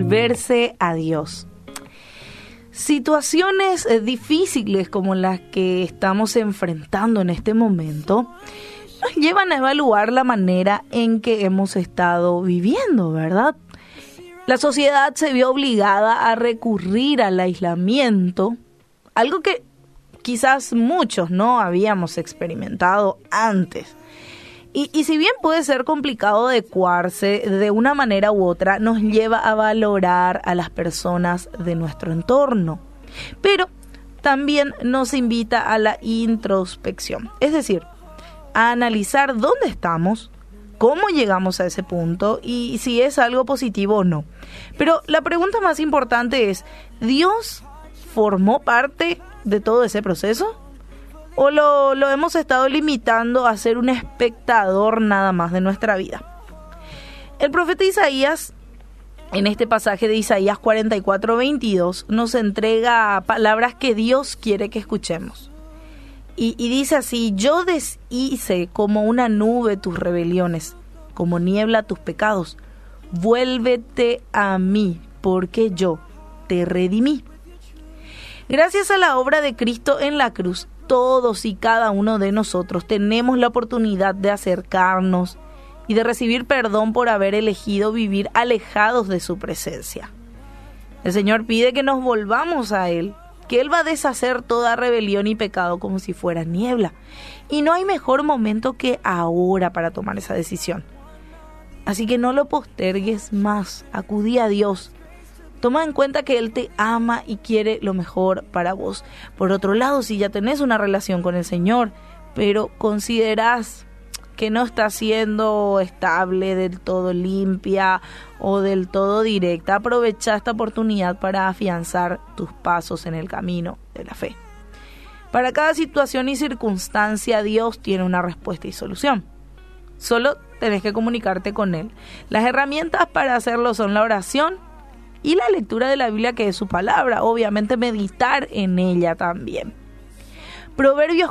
volverse a Dios. Situaciones difíciles como las que estamos enfrentando en este momento nos llevan a evaluar la manera en que hemos estado viviendo, ¿verdad? La sociedad se vio obligada a recurrir al aislamiento, algo que quizás muchos no habíamos experimentado antes. Y si bien puede ser complicado adecuarse de una manera u otra, nos lleva a valorar a las personas de nuestro entorno. Pero también nos invita a la introspección, es decir, a analizar dónde estamos, cómo llegamos a ese punto y si es algo positivo o no. Pero la pregunta más importante es, ¿Dios formó parte de todo ese proceso? ¿O lo hemos estado limitando a ser un espectador nada más de nuestra vida? El profeta Isaías, en este pasaje de Isaías 44:22, nos entrega palabras que Dios quiere que escuchemos. Y dice así: yo deshice como una nube tus rebeliones, como niebla tus pecados. Vuélvete a mí, porque yo te redimí. Gracias a la obra de Cristo en la cruz, todos y cada uno de nosotros tenemos la oportunidad de acercarnos y de recibir perdón por haber elegido vivir alejados de su presencia. El Señor pide que nos volvamos a Él, que Él va a deshacer toda rebelión y pecado como si fuera niebla. Y no hay mejor momento que ahora para tomar esa decisión. Así que no lo postergues más, acudí a Dios. Toma en cuenta que Él te ama y quiere lo mejor para vos. Por otro lado, si ya tenés una relación con el Señor, pero considerás que no está siendo estable, del todo limpia o del todo directa, aprovecha esta oportunidad para afianzar tus pasos en el camino de la fe. Para cada situación y circunstancia, Dios tiene una respuesta y solución. Solo tenés que comunicarte con Él. Las herramientas para hacerlo son la oración y la lectura de la Biblia, que es su palabra. Obviamente meditar en ella también. Proverbios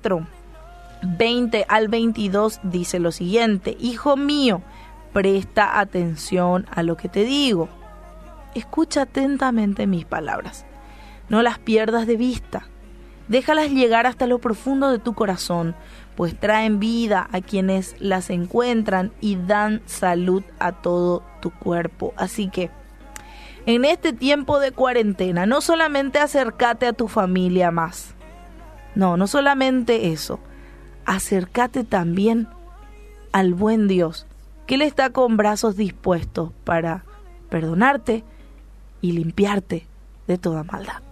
4:20-22 dice lo siguiente: hijo mío, presta atención a lo que te digo. Escucha atentamente mis palabras. No las pierdas de vista. Déjalas llegar hasta lo profundo de tu corazón, pues traen vida a quienes las encuentran y dan salud a todo tu cuerpo. Así que en este tiempo de cuarentena, no solamente acércate a tu familia más. No solamente eso. Acércate también al buen Dios, que Él está con brazos dispuestos para perdonarte y limpiarte de toda maldad.